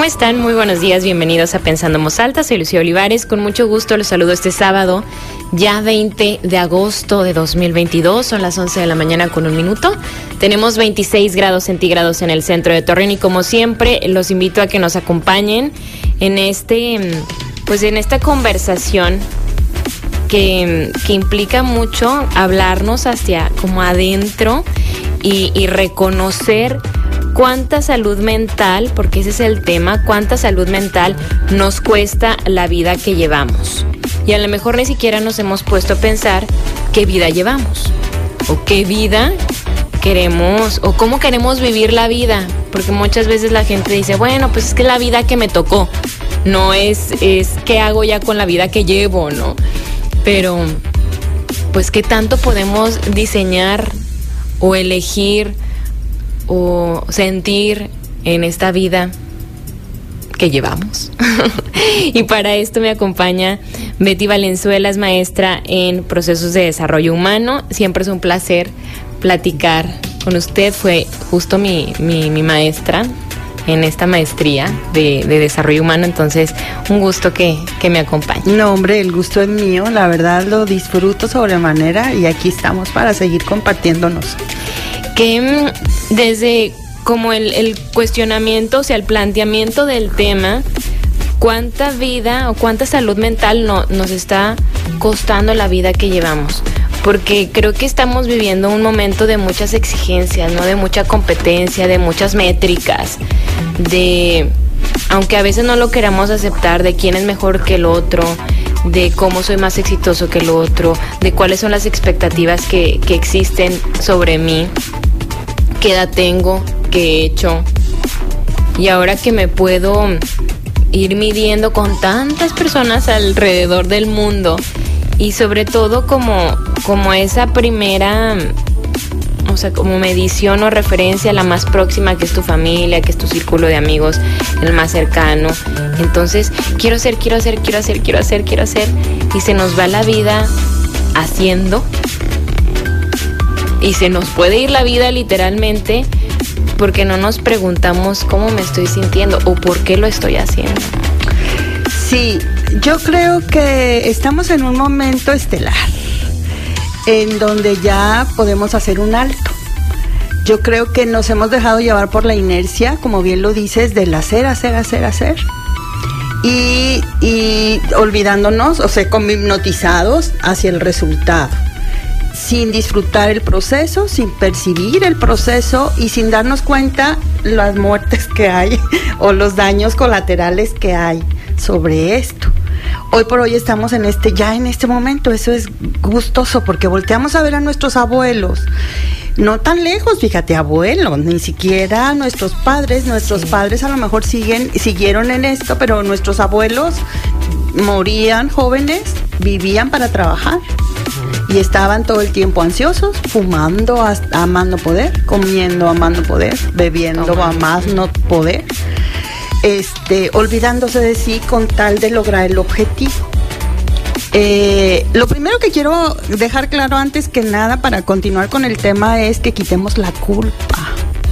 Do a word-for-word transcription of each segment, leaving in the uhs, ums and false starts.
están? Muy buenos días, bienvenidos a Pensando en Voz Alta. Soy Lucía Olivares, con mucho gusto los saludo este sábado, ya veinte de agosto de dos mil veintidós, son las once de la mañana con un minuto. Tenemos veintiséis grados centígrados en el centro de Torreón y como siempre los invito a que nos acompañen en este, pues en esta conversación que, que implica mucho hablarnos hacia como adentro y, y reconocer cuánta salud mental, porque ese es el tema, cuánta salud mental nos cuesta la vida que llevamos. Y a lo mejor ni siquiera nos hemos puesto a pensar qué vida llevamos, o qué vida queremos, o cómo queremos vivir la vida. Porque muchas veces la gente dice, bueno, pues es que la vida que me tocó, no es, es qué hago ya con la vida que llevo, ¿no? Pero, pues qué tanto podemos diseñar o elegir o sentir en esta vida que llevamos. Y para esto me acompaña Betty Valenzuela, es maestra en procesos de desarrollo humano. Siempre es un placer platicar con usted. Fue justo mi, mi, mi maestra en esta maestría de, de desarrollo humano, entonces un gusto que, que me acompañe. No, hombre, el gusto es mío, la verdad lo disfruto sobremanera y aquí estamos para seguir compartiéndonos. Que desde como el, el cuestionamiento, o sea, el planteamiento del tema, cuánta vida o cuánta salud mental no, nos está costando la vida que llevamos. Porque creo que estamos viviendo un momento de muchas exigencias, ¿no? De mucha competencia, de muchas métricas, de, aunque a veces no lo queramos aceptar, de quién es mejor que el otro, de cómo soy más exitoso que el otro, de cuáles son las expectativas que, que existen sobre mí, qué edad tengo, qué he hecho. Y ahora que me puedo ir midiendo con tantas personas alrededor del mundo, y sobre todo como, como esa primera, o sea, como medición o referencia, la más próxima, que es tu familia, que es tu círculo de amigos, el más cercano. Entonces, quiero hacer, quiero hacer, quiero hacer, quiero hacer, quiero hacer, y se nos va la vida haciendo, y se nos puede ir la vida literalmente porque no nos preguntamos cómo me estoy sintiendo o por qué lo estoy haciendo. Sí, yo creo que estamos en un momento estelar en donde ya podemos hacer un alto. Yo creo que nos hemos dejado llevar por la inercia, como bien lo dices, del hacer, hacer, hacer, hacer. Y, y olvidándonos, o sea, como hipnotizados hacia el resultado, sin disfrutar el proceso, sin percibir el proceso y sin darnos cuenta las muertes que hay o los daños colaterales que hay sobre esto. Hoy por hoy estamos en este, ya en este momento, eso es gustoso porque volteamos a ver a nuestros abuelos, no tan lejos, fíjate, abuelos, ni siquiera nuestros padres, nuestros sí. padres a lo mejor siguen, siguieron en esto, pero nuestros abuelos morían jóvenes, vivían para trabajar y estaban todo el tiempo ansiosos, fumando hasta, a más no poder, comiendo a más no poder, bebiendo oh, a más no poder. Este, olvidándose de sí con tal de lograr el objetivo. Eh, lo primero que quiero dejar claro antes que nada para continuar con el tema es que quitemos la culpa.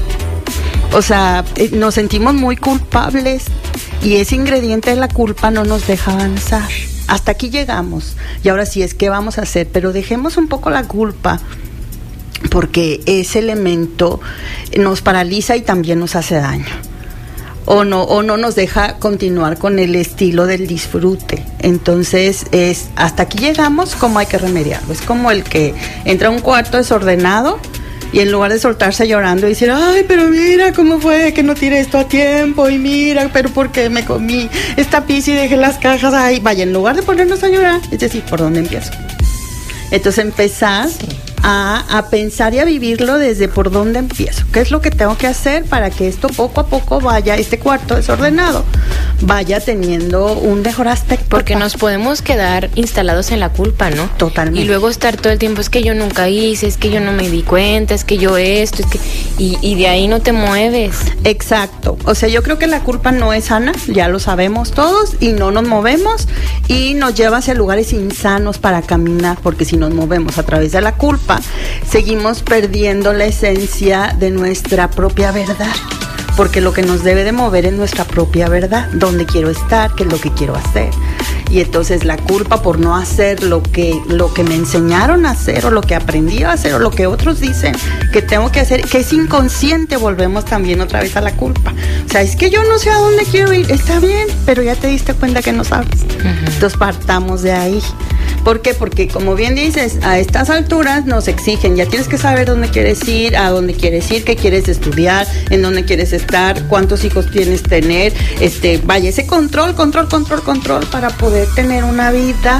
O sea, eh, nos sentimos muy culpables y ese ingrediente de la culpa no nos deja avanzar. Hasta aquí llegamos y ahora sí es que vamos a hacer, pero dejemos un poco la culpa porque ese elemento nos paraliza y también nos hace daño. O no, o no nos deja continuar con el estilo del disfrute. Entonces es hasta aquí llegamos, ¿cómo hay que remediarlo? Es como el que entra a un cuarto desordenado y en lugar de soltarse llorando y decir, ay, pero mira cómo fue que no tiré esto a tiempo, y mira, pero ¿por qué me comí esta pizza y dejé las cajas ahí? Vaya, en lugar de ponernos a llorar, es decir, ¿por dónde empiezo? Entonces empezar sí. A, a pensar y a vivirlo desde por dónde empiezo. ¿Qué es lo que tengo que hacer para que esto poco a poco vaya, este cuarto desordenado, vaya teniendo un mejor aspecto? Porque nos podemos quedar instalados en la culpa, ¿no? Totalmente. Y luego estar todo el tiempo, es que yo nunca hice, es que yo no me di cuenta, es que yo esto, es que... Y, y de ahí no te mueves. Exacto. O sea, yo creo que la culpa no es sana, ya lo sabemos todos, y no nos movemos, y nos lleva hacia lugares insanos para caminar, porque si nos movemos a través de la culpa, seguimos perdiendo la esencia de nuestra propia verdad. porque lo que nos debe de mover es nuestra propia verdad, dónde quiero estar, qué es lo que quiero hacer. Y entonces la culpa por no hacer lo que, lo que me enseñaron a hacer, o lo que aprendí a hacer, o lo que otros dicen que tengo que hacer, que es inconsciente, volvemos también otra vez a la culpa. O sea, es que yo no sé a dónde quiero ir, está bien, pero ya te diste cuenta que no sabes. Uh-huh. Entonces partamos de ahí. ¿Por qué? Porque como bien dices, a estas alturas nos exigen, ya tienes que saber dónde quieres ir, a dónde quieres ir, qué quieres estudiar, en dónde quieres estar, cuántos hijos tienes tener, este, vaya, ese control, control, control, control para poder tener una vida.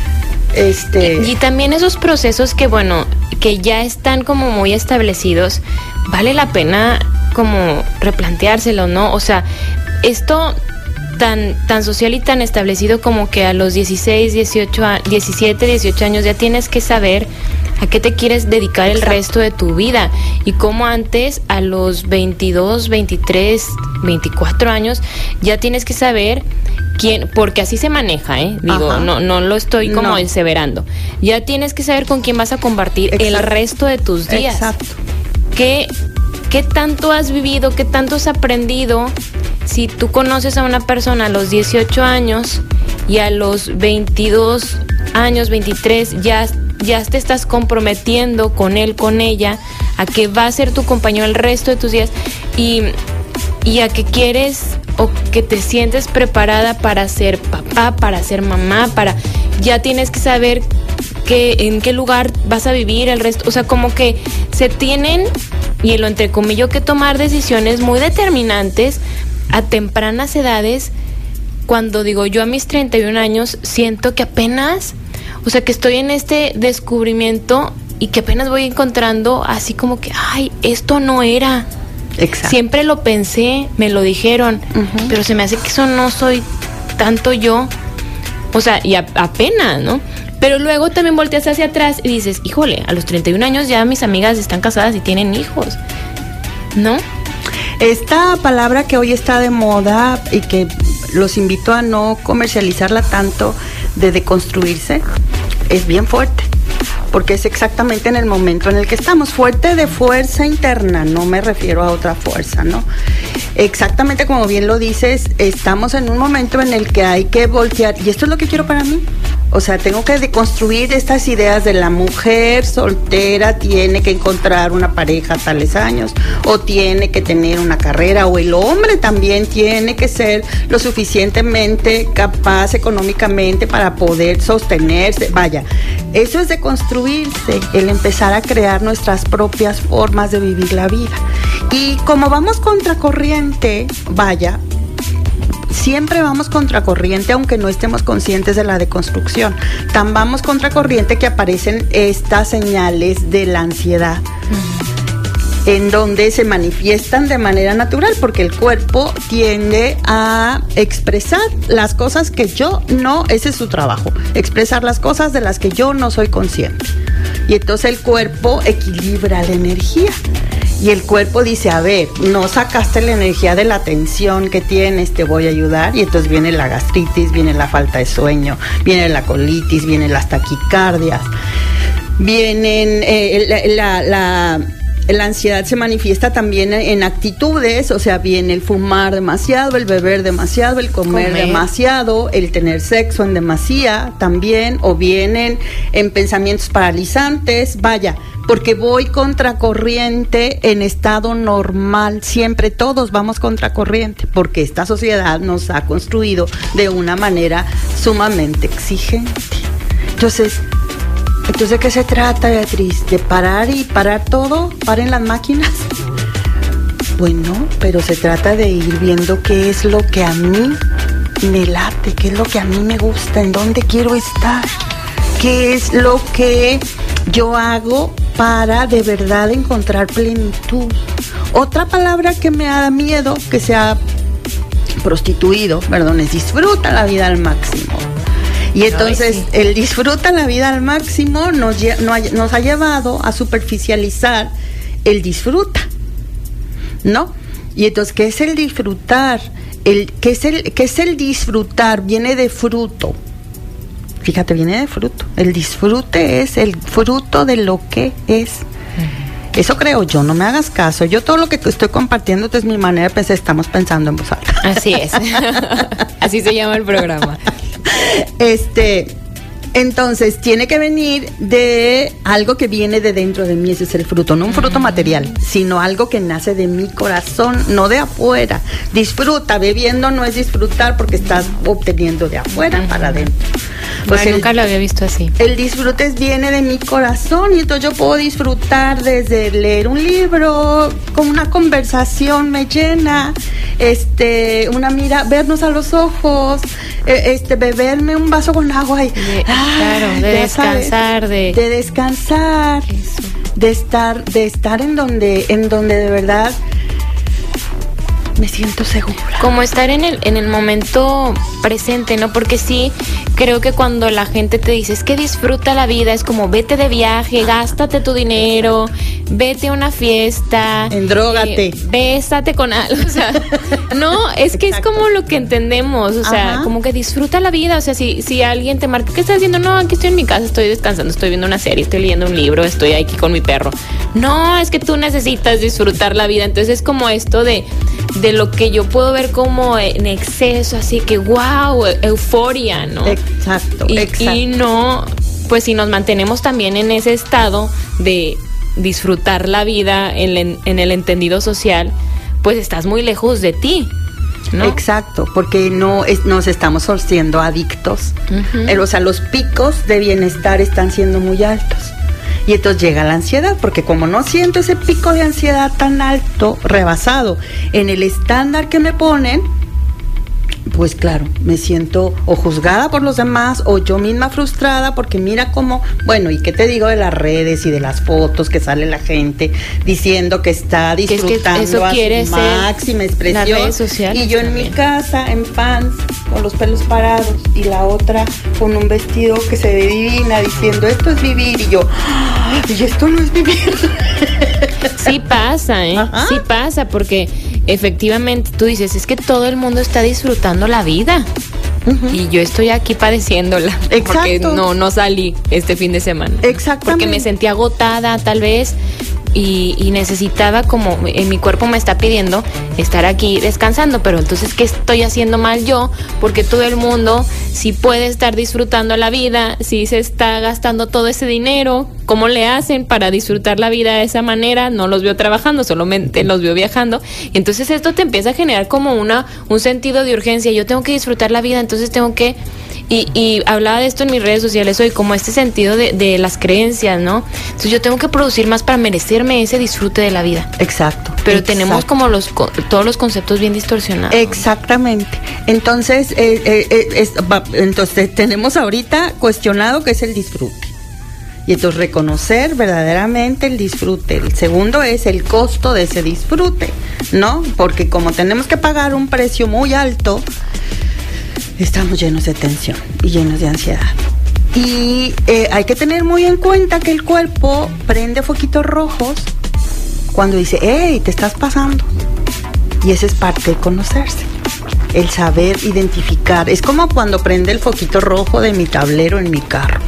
Este... Y, y también esos procesos que, bueno, que ya están como muy establecidos, vale la pena como replanteárselo, ¿no? O sea, esto tan tan social y tan establecido como que a los dieciséis, dieciocho, diecisiete, dieciocho años ya tienes que saber a qué te quieres dedicar el Exacto. resto de tu vida, y como antes a los veintidós, veintitrés, veinticuatro años ya tienes que saber quién, porque así se maneja, ¿eh? Digo, Ajá. no no lo estoy como no. enseverando. Ya tienes que saber con quién vas a compartir Exacto. el resto de tus días. Exacto. ¿Qué, qué tanto has vivido, qué tanto has aprendido? Si tú conoces a una persona a los dieciocho años y a los veintidós años, veintitrés, ya, ya te estás comprometiendo con él, con ella, a que va a ser tu compañero el resto de tus días, y, y a que quieres o que te sientes preparada para ser papá, para ser mamá, para ya tienes que saber que, en qué lugar vas a vivir el resto. O sea, como que se tienen, y lo entrecomillo, que tomar decisiones muy determinantes a tempranas edades. Cuando digo yo a mis treinta y un años, siento que apenas, o sea, que estoy en este descubrimiento y que apenas voy encontrando así como que, ay, esto no era. Exacto. Siempre lo pensé, me lo dijeron, uh-huh. pero se me hace que eso no soy tanto yo. O sea, y a, apenas, ¿no? Pero luego también volteas hacia atrás y dices, híjole, a los treinta y un años ya mis amigas están casadas y tienen hijos, ¿no? Esta palabra que hoy está de moda y que los invito a no comercializarla tanto, de deconstruirse, es bien fuerte, porque es exactamente en el momento en el que estamos. Fuerte de fuerza interna, no me refiero a otra fuerza, ¿no? Exactamente como bien lo dices, estamos en un momento en el que hay que voltear, y esto es lo que quiero para mí. O sea, tengo que deconstruir estas ideas de la mujer soltera tiene que encontrar una pareja a tales años, o tiene que tener una carrera, o el hombre también tiene que ser lo suficientemente capaz económicamente para poder sostenerse. Vaya, eso es deconstruirse, el empezar a crear nuestras propias formas de vivir la vida. Y como vamos contracorriente, vaya, siempre vamos contracorriente, aunque no estemos conscientes de la deconstrucción. Tan vamos contracorriente que aparecen estas señales de la ansiedad, uh-huh. en donde se manifiestan de manera natural, porque el cuerpo tiende a expresar las cosas que yo no, ese es su trabajo, expresar las cosas de las que yo no soy consciente. Y entonces el cuerpo equilibra la energía. Y el cuerpo dice, a ver, no sacaste la energía de la tensión que tienes, te voy a ayudar. Y entonces viene la gastritis, viene la falta de sueño, viene la colitis, vienen las taquicardias, vienen eh, la, la, la, la ansiedad se manifiesta también en actitudes, o sea, viene el fumar demasiado, el beber demasiado, el comer, comer. demasiado, el tener sexo en demasía también, o vienen en pensamientos paralizantes, vaya, porque voy contracorriente en estado normal. Siempre todos vamos contracorriente, porque esta sociedad nos ha construido de una manera sumamente exigente. Entonces, ¿entonces de qué se trata, Beatriz? ¿De parar y parar todo? ¿Paren las máquinas? Bueno, pero se trata de ir viendo qué es lo que a mí me late, qué es lo que a mí me gusta, en dónde quiero estar, qué es lo que yo hago para de verdad encontrar plenitud. Otra palabra que me da miedo que se ha prostituido, perdón, es disfruta la vida al máximo. Y entonces Ay, sí. el disfruta la vida al máximo nos, nos ha llevado a superficializar el disfruta, ¿no? Y entonces, ¿qué es el disfrutar? El, ¿qué es el, qué es el disfrutar? Viene de fruto. Fíjate, viene de fruto. El disfrute es el fruto de lo que es. Eso creo yo, no me hagas caso. Yo todo lo que estoy compartiendo es mi manera de pensar, estamos pensando en voz alta. Así es. Así se llama el programa. Este... Entonces, tiene que venir de algo que viene de dentro de mí, ese es el fruto, no un fruto material, sino algo que nace de mi corazón, no de afuera. Disfruta, bebiendo no es disfrutar porque estás obteniendo de afuera para adentro. Pues bueno, nunca lo había visto así. El disfrute viene de mi corazón y entonces yo puedo disfrutar desde leer un libro, con una conversación me llena, este, una mira, vernos a los ojos, este, beberme un vaso con agua y... De, claro, de descansar, sabes, de... de descansar, Eso. de estar, de estar en donde, en donde de verdad me siento segura. Como estar en el, en el momento presente, ¿no? Porque sí, creo que cuando la gente te dice, es que disfruta la vida, es como vete de viaje, gástate tu dinero, vete a una fiesta. Endrógate. Eh, bésate con algo, o sea, no, es que Exacto. es como lo que entendemos, o sea, Ajá. como que disfruta la vida, o sea, si, si alguien te marca, ¿qué estás haciendo? No, aquí estoy en mi casa, estoy descansando, estoy viendo una serie, estoy leyendo un libro, estoy aquí con mi perro. No, es que tú necesitas disfrutar la vida, entonces es como esto de, de lo que yo puedo ver como en exceso, así que wow, euforia, ¿no? Exacto, y, exacto. Y no, pues si nos mantenemos también en ese estado de disfrutar la vida en, en, en el entendido social, pues estás muy lejos de ti, ¿no? Exacto, porque no es, nos estamos siendo adictos. Uh-huh. eh, o sea, los picos de bienestar están siendo muy altos. Y entonces llega la ansiedad, porque como no siento ese pico de ansiedad tan alto, rebasado, en el estándar que me ponen, pues claro, me siento o juzgada por los demás o yo misma frustrada porque mira cómo, bueno, y qué te digo de las redes y de las fotos que sale la gente diciendo que está disfrutando es que eso a quiere su máxima expresión, las redes sociales y yo en también. mi casa en pants con los pelos parados y la otra con un vestido que se ve divina diciendo esto es vivir y yo, y esto no es vivir. Sí pasa, ¿eh? Ajá. Sí pasa porque efectivamente tú dices, es que todo el mundo está disfrutando la vida. Uh-huh. Y yo estoy aquí padeciéndola. Exacto. Porque no, no salí este fin de semana. Exactamente. Porque me sentí agotada tal vez y, y necesitaba, como en mi cuerpo me está pidiendo, estar aquí descansando. Pero entonces, ¿qué estoy haciendo mal yo? Porque todo el mundo sí puede estar disfrutando la vida, sí se está gastando todo ese dinero. ¿Cómo le hacen para disfrutar la vida de esa manera? No los veo trabajando, solamente los veo viajando. Y entonces esto te empieza a generar como una un sentido de urgencia. Yo tengo que disfrutar la vida, entonces tengo que... Y, y hablaba de esto en mis redes sociales hoy, como este sentido de, de las creencias, ¿no? Entonces yo tengo que producir más para merecerme ese disfrute de la vida. Exacto. Pero exacto. tenemos como los todos los conceptos bien distorsionados. Exactamente. Entonces, eh, eh, eh, es, va, entonces tenemos ahorita cuestionado qué es el disfrute. Y entonces reconocer verdaderamente el disfrute. El segundo es el costo de ese disfrute, ¿no? Porque como tenemos que pagar un precio muy alto, estamos llenos de tensión y llenos de ansiedad. Y eh, hay que tener muy en cuenta que el cuerpo prende foquitos rojos cuando dice, hey, te estás pasando. Y esa es parte de conocerse. El saber identificar. Es como cuando prende el foquito rojo de mi tablero en mi carro.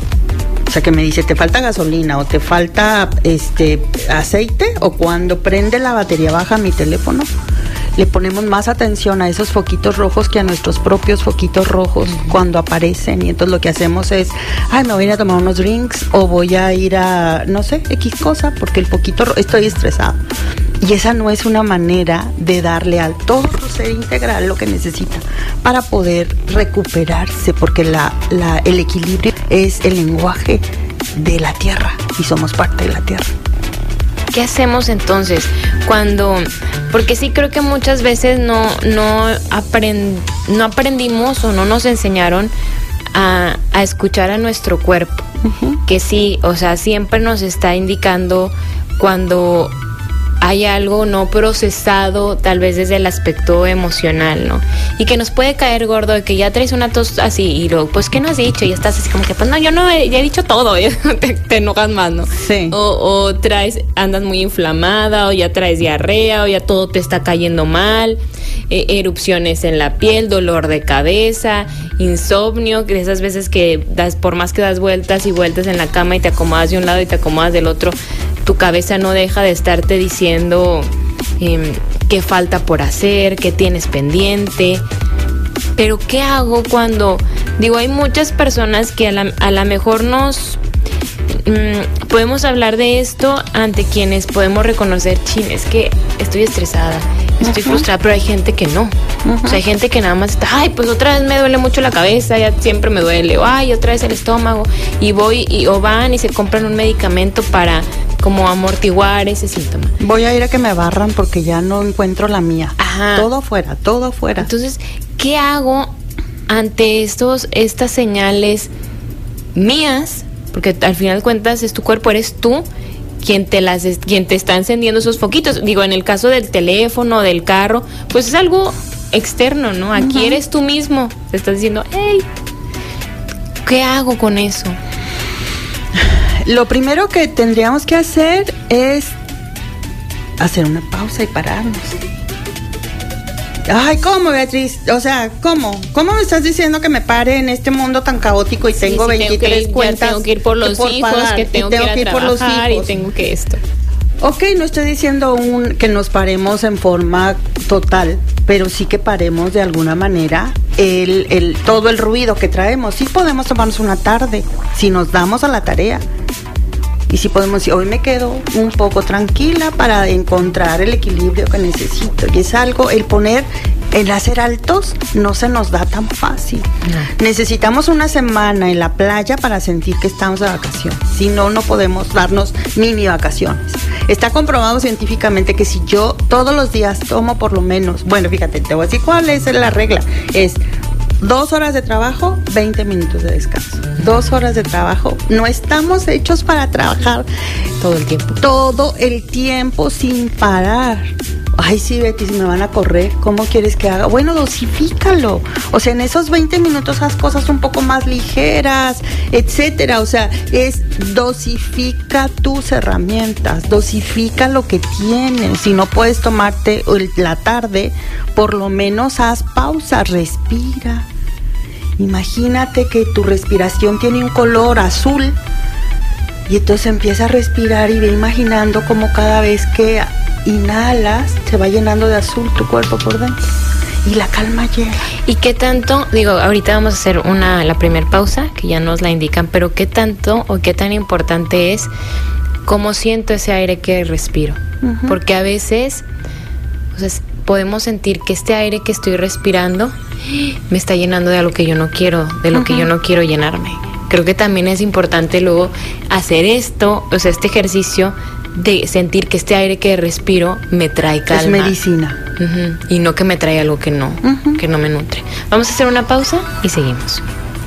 O sea, que me dice, te falta gasolina o te falta este aceite, o cuando prende la batería baja mi teléfono, le ponemos más atención a esos foquitos rojos que a nuestros propios foquitos rojos uh-huh. cuando aparecen. Y entonces lo que hacemos es, ay, me voy a ir a tomar unos drinks o voy a ir a, no sé, X cosa, porque el foquito rojo, estoy estresado. Y esa no es una manera de darle al todo su ser integral lo que necesita para poder recuperarse, porque la, la, el equilibrio es el lenguaje de la tierra y somos parte de la tierra. ¿Qué hacemos entonces cuando, porque sí creo que muchas veces no, no, aprend, no aprendimos o no nos enseñaron a, a escuchar a nuestro cuerpo? Uh-huh. Que sí, o sea, siempre nos está indicando cuando hay algo no procesado, tal vez desde el aspecto emocional, ¿no? Y que nos puede caer gordo de que ya traes una tos así y luego, pues, ¿qué no has dicho? Y estás así como que, pues, no, yo no he, ya he dicho todo, te, te enojas más, ¿no? Sí. O, o traes, andas muy inflamada, o ya traes diarrea, o ya todo te está cayendo mal, eh, erupciones en la piel, dolor de cabeza, insomnio, que esas veces que das, por más que das vueltas y vueltas en la cama y te acomodas de un lado y te acomodas del otro, tu cabeza no deja de estarte diciendo eh, qué falta por hacer, qué tienes pendiente. Pero ¿qué hago cuando, digo, hay muchas personas que a la, a la mejor nos mmm, podemos hablar de esto ante quienes podemos reconocer, chin, es que estoy estresada, estoy uh-huh. frustrada, pero hay gente que no. Uh-huh. O sea, hay gente que nada más está, ay, pues otra vez me duele mucho la cabeza, ya siempre me duele, o ay, otra vez el estómago, y voy, y, o van y se compran un medicamento para como amortiguar ese síntoma. Voy a ir a que me barran porque ya no encuentro la mía. Ajá. Todo fuera, todo fuera. Entonces, ¿qué hago ante estos, estas señales mías? Porque al final de cuentas es tu cuerpo, eres tú quien te las quien te está encendiendo esos foquitos. Digo, en el caso del teléfono, del carro, pues es algo externo, ¿no? Aquí uh-huh. eres tú mismo. Te estás diciendo, hey, ¿qué hago con eso? Lo primero que tendríamos que hacer es hacer una pausa y pararnos. Ay, ¿cómo, Beatriz? O sea, ¿cómo? ¿Cómo me estás diciendo que me pare en este mundo tan caótico y sí, tengo sí, veintitrés tengo que, cuentas? Tengo que ir por los por hijos, pagar, que tengo, tengo que ir a que ir trabajar y tengo que esto. Ok, no estoy diciendo un, que nos paremos en forma total, pero sí que paremos de alguna manera el, el, todo el ruido que traemos. Sí podemos tomarnos una tarde si nos damos a la tarea. Y si podemos decir, hoy me quedo un poco tranquila para encontrar el equilibrio que necesito. Y es algo, el poner, el hacer altos no se nos da tan fácil. No. Necesitamos una semana en la playa para sentir que estamos de vacaciones. Si no, no podemos darnos mini vacaciones. Está comprobado científicamente que si yo todos los días tomo por lo menos, bueno, fíjate, te voy a decir cuál es la regla. Es dos horas de trabajo, veinte minutos de descanso. Dos horas de trabajo. No estamos hechos para trabajar todo el tiempo. Todo el tiempo sin parar. Ay, sí, Betty, si me van a correr, ¿cómo quieres que haga? Bueno, dosifícalo. O sea, en esos veinte minutos haz cosas un poco más ligeras, etcétera. O sea, es dosifica tus herramientas, dosifica lo que tienes. Si no puedes tomarte la tarde, por lo menos haz pausa, respira. Imagínate que tu respiración tiene un color azul y entonces empieza a respirar y ve imaginando como cada vez que inhalas se va llenando de azul tu cuerpo por dentro y la calma llega. ¿Y qué tanto? Digo, ahorita vamos a hacer una la primer pausa que ya nos la indican, pero ¿qué tanto o qué tan importante es cómo siento ese aire que respiro? Uh-huh. Porque a veces, o sea, podemos sentir que este aire que estoy respirando me está llenando de algo que yo no quiero, de lo uh-huh. que yo no quiero llenarme. Creo que también es importante luego hacer esto, o sea, este ejercicio de sentir que este aire que respiro me trae calma. Es medicina. Uh-huh. Y no que me trae algo que no, uh-huh. que no me nutre. Vamos a hacer una pausa y seguimos.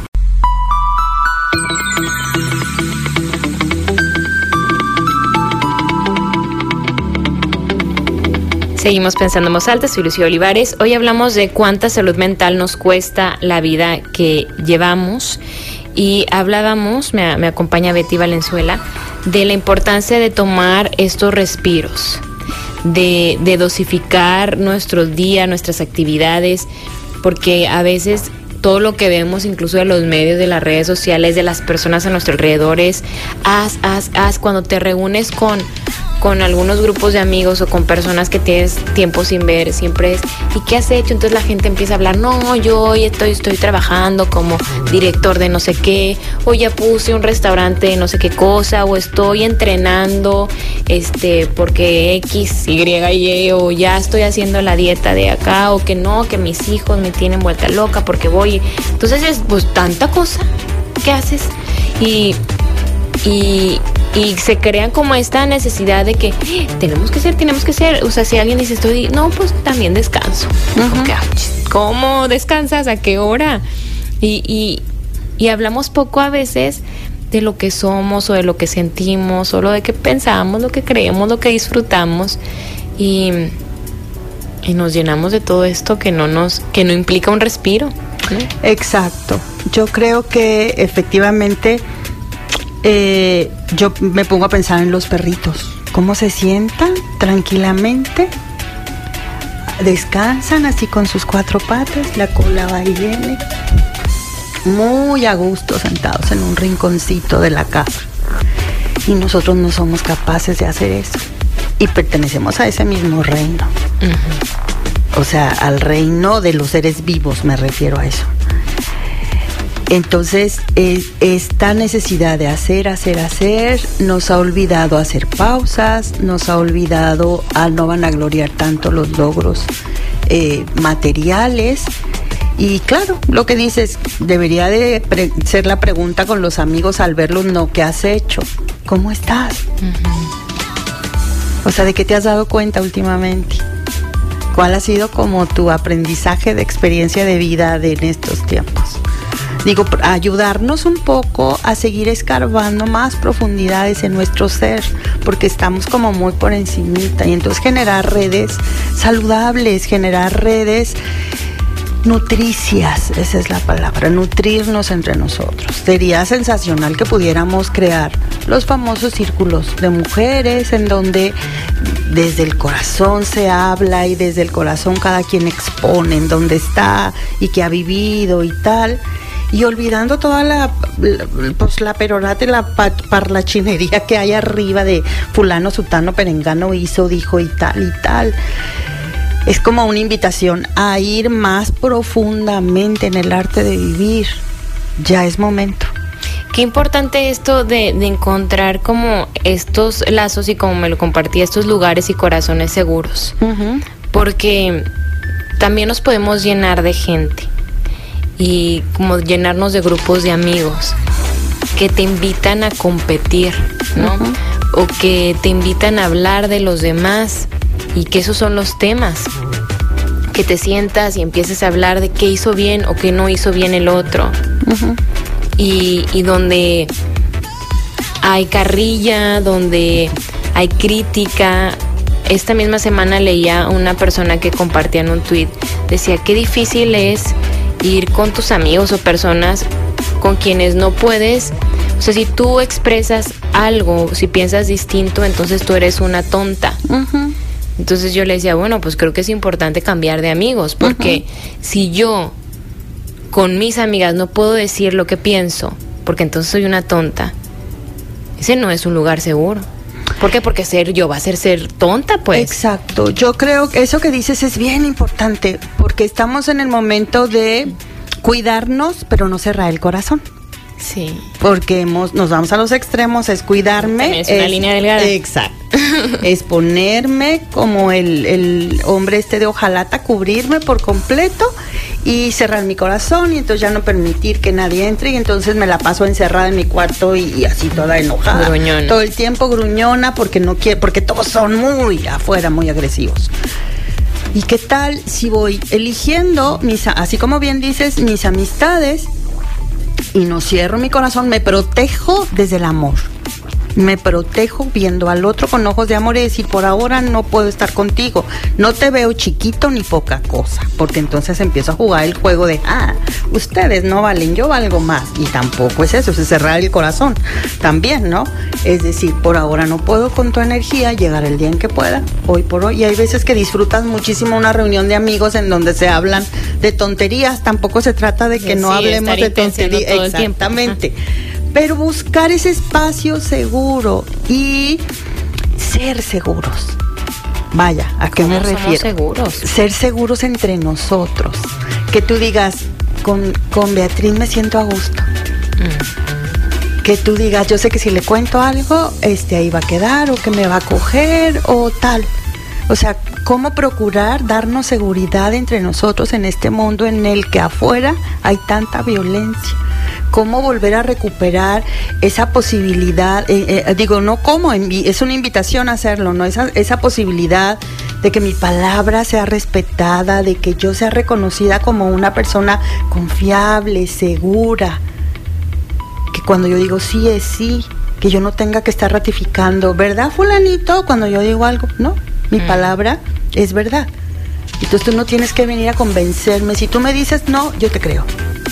Seguimos pensando en voz alta, soy Lucía Olivares. Hoy hablamos de cuánta salud mental nos cuesta la vida que llevamos. Y hablábamos, me, me acompaña Betty Valenzuela, de la importancia de tomar estos respiros, de, de dosificar nuestros días, nuestras actividades, porque a veces todo lo que vemos, incluso de los medios, de las redes sociales, de las personas a nuestro alrededor, es haz, haz, haz. Cuando te reúnes con, con algunos grupos de amigos o con personas que tienes tiempo sin ver, siempre es, ¿y qué has hecho? Entonces la gente empieza a hablar, no, yo hoy estoy, estoy trabajando como director de no sé qué, o ya puse un restaurante de no sé qué cosa, o estoy entrenando este porque X, Y y Y, o ya estoy haciendo la dieta de acá, o que no, que mis hijos me tienen vuelta loca porque voy. Entonces es pues tanta cosa que haces y, y, y se crean como esta necesidad de que eh, tenemos que ser, tenemos que ser. O sea, si alguien dice estoy, no, pues también descanso. Uh-huh. Okay, ¿cómo descansas? ¿A qué hora? Y, y, y hablamos poco a veces de lo que somos o de lo que sentimos o lo de que pensamos, lo que creemos, lo que disfrutamos y, y nos llenamos de todo esto que no nos, que no implica un respiro. Exacto. Yo creo que efectivamente eh, yo me pongo a pensar en los perritos. Cómo se sientan tranquilamente, descansan así con sus cuatro patas, la cola va y viene, muy a gusto sentados en un rinconcito de la casa. y nosotros no somos capaces de hacer eso. Y pertenecemos a ese mismo reino. Uh-huh. O sea, al reino de los seres vivos, me refiero a eso. Entonces, es, esta necesidad de hacer, hacer, hacer, nos ha olvidado hacer pausas, nos ha olvidado a no vanagloriar tanto los logros eh, materiales. Y claro, lo que dices, debería de pre- ser la pregunta con los amigos al verlos, no, ¿qué has hecho? ¿Cómo estás? Uh-huh. O sea, ¿de qué te has dado cuenta últimamente? ¿Cuál ha sido como tu aprendizaje de experiencia de vida de en estos tiempos? Digo, ayudarnos un poco a seguir escarbando más profundidades en nuestro ser, porque estamos como muy por encimita, y entonces generar redes saludables, generar redes nutricias, esa es la palabra, nutrirnos entre nosotros. Sería sensacional que pudiéramos crear los famosos círculos de mujeres en donde desde el corazón se habla y desde el corazón cada quien expone en dónde está y qué ha vivido y tal, y olvidando toda la, la pues la perorata y la parlachinería que hay arriba de fulano, sutano, perengano hizo, dijo y tal y tal. Es como una invitación a ir más profundamente en el arte de vivir. Ya es momento. Qué importante esto de, de encontrar como estos lazos y como me lo compartí, estos lugares y corazones seguros. Uh-huh. Porque también nos podemos llenar de gente y como llenarnos de grupos de amigos que te invitan a competir, ¿no? Uh-huh. O que te invitan a hablar de los demás. Y que esos son los temas, que te sientas y empieces a hablar de qué hizo bien o qué no hizo bien el otro. Uh-huh. y, y donde hay carrilla, donde hay crítica. Esta misma semana leía a una persona que compartía en un tuit, decía qué difícil es ir con tus amigos o personas con quienes no puedes. O sea, si tú expresas algo, si piensas distinto, entonces tú eres una tonta. Uh-huh. Entonces yo le decía, bueno, pues creo que es importante cambiar de amigos, porque uh-huh. si yo con mis amigas no puedo decir lo que pienso, porque entonces soy una tonta, ese no es un lugar seguro. ¿Por qué? Porque ser yo va a ser ser tonta, pues. Exacto. Yo creo que eso que dices es bien importante, porque estamos en el momento de cuidarnos, pero no cerrar el corazón. Sí. Porque hemos, nos vamos a los extremos, es cuidarme. Es una es, línea delgada. Exacto. Es ponerme como el, el hombre este de hojalata, cubrirme por completo y cerrar mi corazón, y entonces ya no permitir que nadie entre, y entonces me la paso encerrada en mi cuarto y, y así toda enojada. Gruñona. Todo el tiempo gruñona porque no quiero, porque todos son muy afuera, muy agresivos. ¿Y qué tal si voy eligiendo, mis, así como bien dices, mis amistades, y no cierro mi corazón, me protejo desde el amor? Me protejo viendo al otro con ojos de amor y decir, por ahora no puedo estar contigo, no te veo chiquito ni poca cosa, porque entonces empiezo a jugar el juego de, ah, ustedes no valen, yo valgo más, y tampoco es eso, es cerrar el corazón también, ¿no? Es decir, por ahora no puedo con tu energía, llegar el día en que pueda, hoy por hoy. Y hay veces que disfrutas muchísimo una reunión de amigos en donde se hablan de tonterías, tampoco se trata de que sí, no hablemos de tonterías, exactamente. Pero buscar ese espacio seguro y ser seguros. Vaya, ¿a qué me refiero? Somos seguros. Ser seguros entre nosotros. Que tú digas, con, con Beatriz me siento a gusto. Mm. Que tú digas, yo sé que si le cuento algo, este ahí va a quedar, o que me va a coger, o tal. O sea, cómo procurar darnos seguridad entre nosotros en este mundo en el que afuera hay tanta violencia. Cómo volver a recuperar esa posibilidad, eh, eh, digo, no cómo, es una invitación a hacerlo, ¿no? Esa, esa posibilidad de que mi palabra sea respetada, de que yo sea reconocida como una persona confiable, segura, que cuando yo digo sí es sí, que yo no tenga que estar ratificando, ¿verdad, fulanito? Cuando yo digo algo, no, mi mm. palabra es verdad. Entonces tú no tienes que venir a convencerme, si tú me dices no, yo te creo.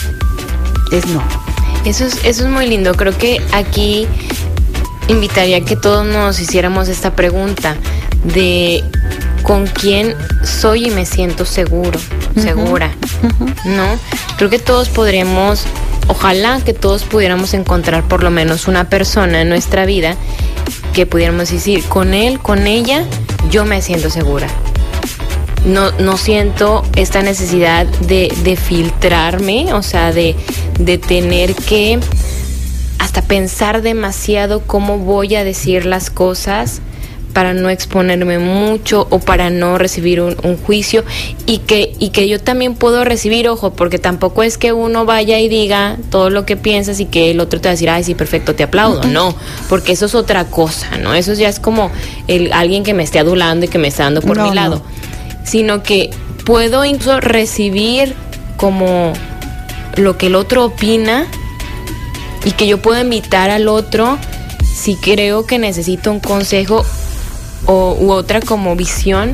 Es no. Eso es, eso es muy lindo. Creo que aquí invitaría a que todos nos hiciéramos esta pregunta de con quién soy y me siento seguro, uh-huh, segura, uh-huh. ¿no? Creo que todos podremos ojalá que todos pudiéramos encontrar por lo menos una persona en nuestra vida que pudiéramos decir, con él, con ella, yo me siento segura. No, no siento esta necesidad de, de filtrarme, o sea, de, de tener que hasta pensar demasiado cómo voy a decir las cosas para no exponerme mucho o para no recibir un, un juicio y que, y que yo también puedo recibir, ojo, porque tampoco es que uno vaya y diga todo lo que piensas y que el otro te va a decir, ay, sí, perfecto, te aplaudo. No, porque eso es otra cosa, ¿no? Eso ya es como el, alguien que me esté adulando y que me está dando por no, mi lado. No. Sino que puedo incluso recibir como lo que el otro opina y que yo puedo invitar al otro si creo que necesito un consejo o, u otra como visión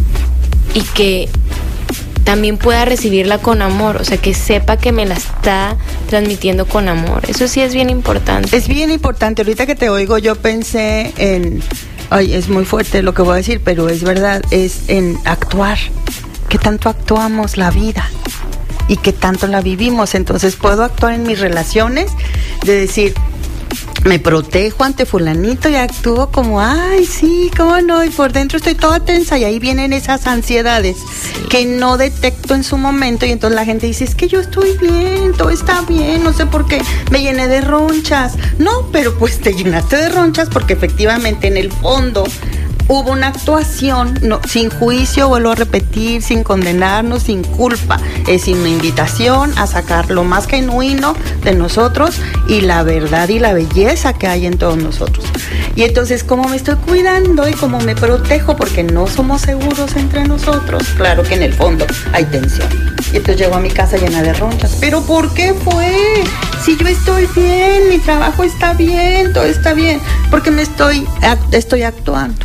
y que también pueda recibirla con amor, o sea, que sepa que me la está transmitiendo con amor. Eso sí es bien importante. Es bien importante. Ahorita que te oigo yo pensé en... Ay, es muy fuerte lo que voy a decir, pero es verdad, es en actuar. ¿Qué tanto actuamos la vida? ¿Y qué tanto la vivimos? Entonces puedo actuar en mis relaciones, de decir, me protejo ante fulanito y actúo como, ay, sí, cómo no, y por dentro estoy toda tensa y ahí vienen esas ansiedades sí. que no detecto en su momento y entonces la gente dice, es que yo estoy bien, todo está bien, no sé por qué me llené de ronchas. No, pero pues te llenaste de ronchas porque efectivamente en el fondo hubo una actuación, no, sin juicio, vuelvo a repetir, sin condenarnos, sin culpa. Es una invitación a sacar lo más genuino de nosotros y la verdad y la belleza que hay en todos nosotros. Y entonces, ¿cómo me estoy cuidando y cómo me protejo? Porque no somos seguros entre nosotros. Claro que en el fondo hay tensión. Y entonces llego a mi casa llena de ronchas. ¿Pero por qué fue? Si yo estoy bien, mi trabajo está bien, todo está bien. Porque me estoy, estoy actuando.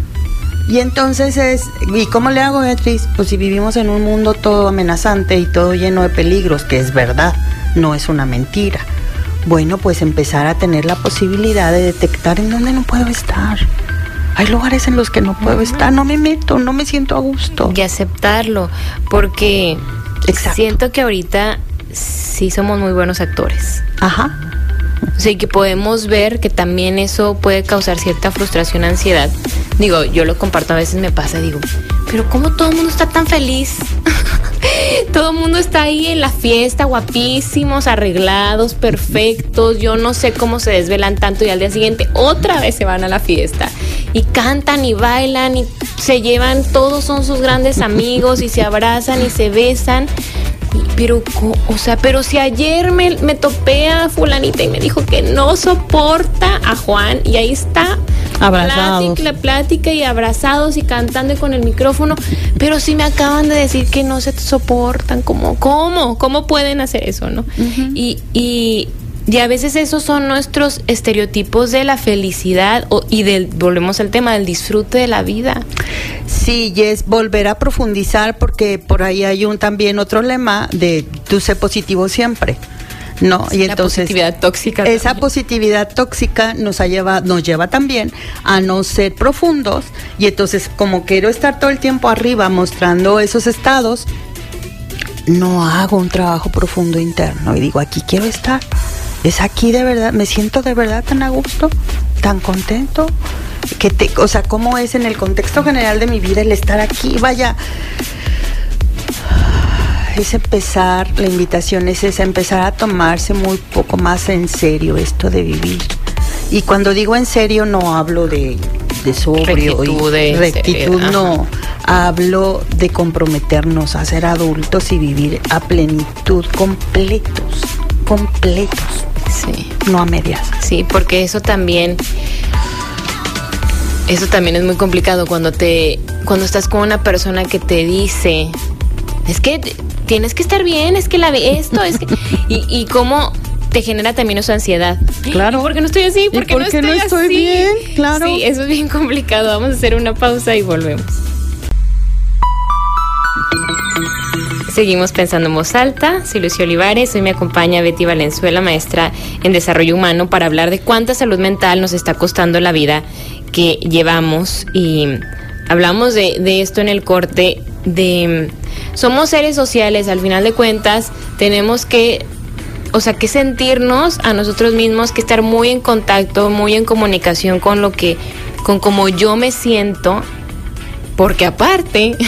Y entonces es, ¿y cómo le hago, Beatriz? Pues si vivimos en un mundo todo amenazante y todo lleno de peligros, que es verdad, no es una mentira. Bueno, pues empezar a tener la posibilidad de detectar en dónde no puedo estar. Hay lugares en los que no puedo estar, no me meto, no me siento a gusto. Y aceptarlo, porque Exacto. siento que ahorita sí somos muy buenos actores. Ajá. O sea, y que podemos ver que también eso puede causar cierta frustración, ansiedad. Digo, yo lo comparto, a veces me pasa, digo, pero ¿cómo todo el mundo está tan feliz? Todo el mundo está ahí en la fiesta, guapísimos, arreglados, perfectos. Yo no sé cómo se desvelan tanto y al día siguiente otra vez se van a la fiesta. Y cantan y bailan y se llevan, todos son sus grandes amigos y se abrazan y se besan. Pero, o sea, pero si ayer me, me topé a fulanita y me dijo que no soporta a Juan y ahí está abrazados, plática, la plática y abrazados y cantando y con el micrófono, pero si me acaban de decir que no se soportan, ¿cómo? ¿Cómo? ¿Cómo pueden hacer eso, no? Uh-huh. Y, y, y a veces esos son nuestros estereotipos de la felicidad o, y del, volvemos al tema del disfrute de la vida. Sí, y es volver a profundizar porque por ahí hay un también otro lema de tú sé positivo siempre, ¿no? Sí, y entonces la positividad tóxica. Esa también. positividad tóxica nos ha lleva, nos lleva también a no ser profundos y entonces como quiero estar todo el tiempo arriba mostrando esos estados, no hago un trabajo profundo interno y digo aquí quiero estar, es aquí de verdad, me siento de verdad tan a gusto, tan contento. Que te, o sea, cómo es en el contexto general de mi vida el estar aquí, vaya, es empezar, la invitación es esa, empezar a tomarse muy poco más en serio esto de vivir. Y cuando digo en serio no hablo de, de sobrio rectitud, y de rectitud, ser, no, hablo de comprometernos a ser adultos y vivir a plenitud, completos, completos, sí, no a medias. Sí, porque eso también... Eso también es muy complicado cuando te cuando estás con una persona que te dice, es que tienes que estar bien, es que la esto, es que y, y cómo te genera también esa ansiedad. Claro. ¿Por qué no estoy así? ¿Por qué no estoy, no estoy así? bien? Claro. Sí, eso es bien complicado. Vamos a hacer una pausa y volvemos. Seguimos pensando en voz alta. Soy Lucio Olivares. Hoy me acompaña Betty Valenzuela, maestra en desarrollo humano, para hablar de cuánta salud mental nos está costando la vida que llevamos. Y hablamos de, de esto en el corte, de somos seres sociales, al final de cuentas tenemos que o sea, que sentirnos a nosotros mismos, que estar muy en contacto, muy en comunicación con lo que, con cómo yo me siento, porque aparte,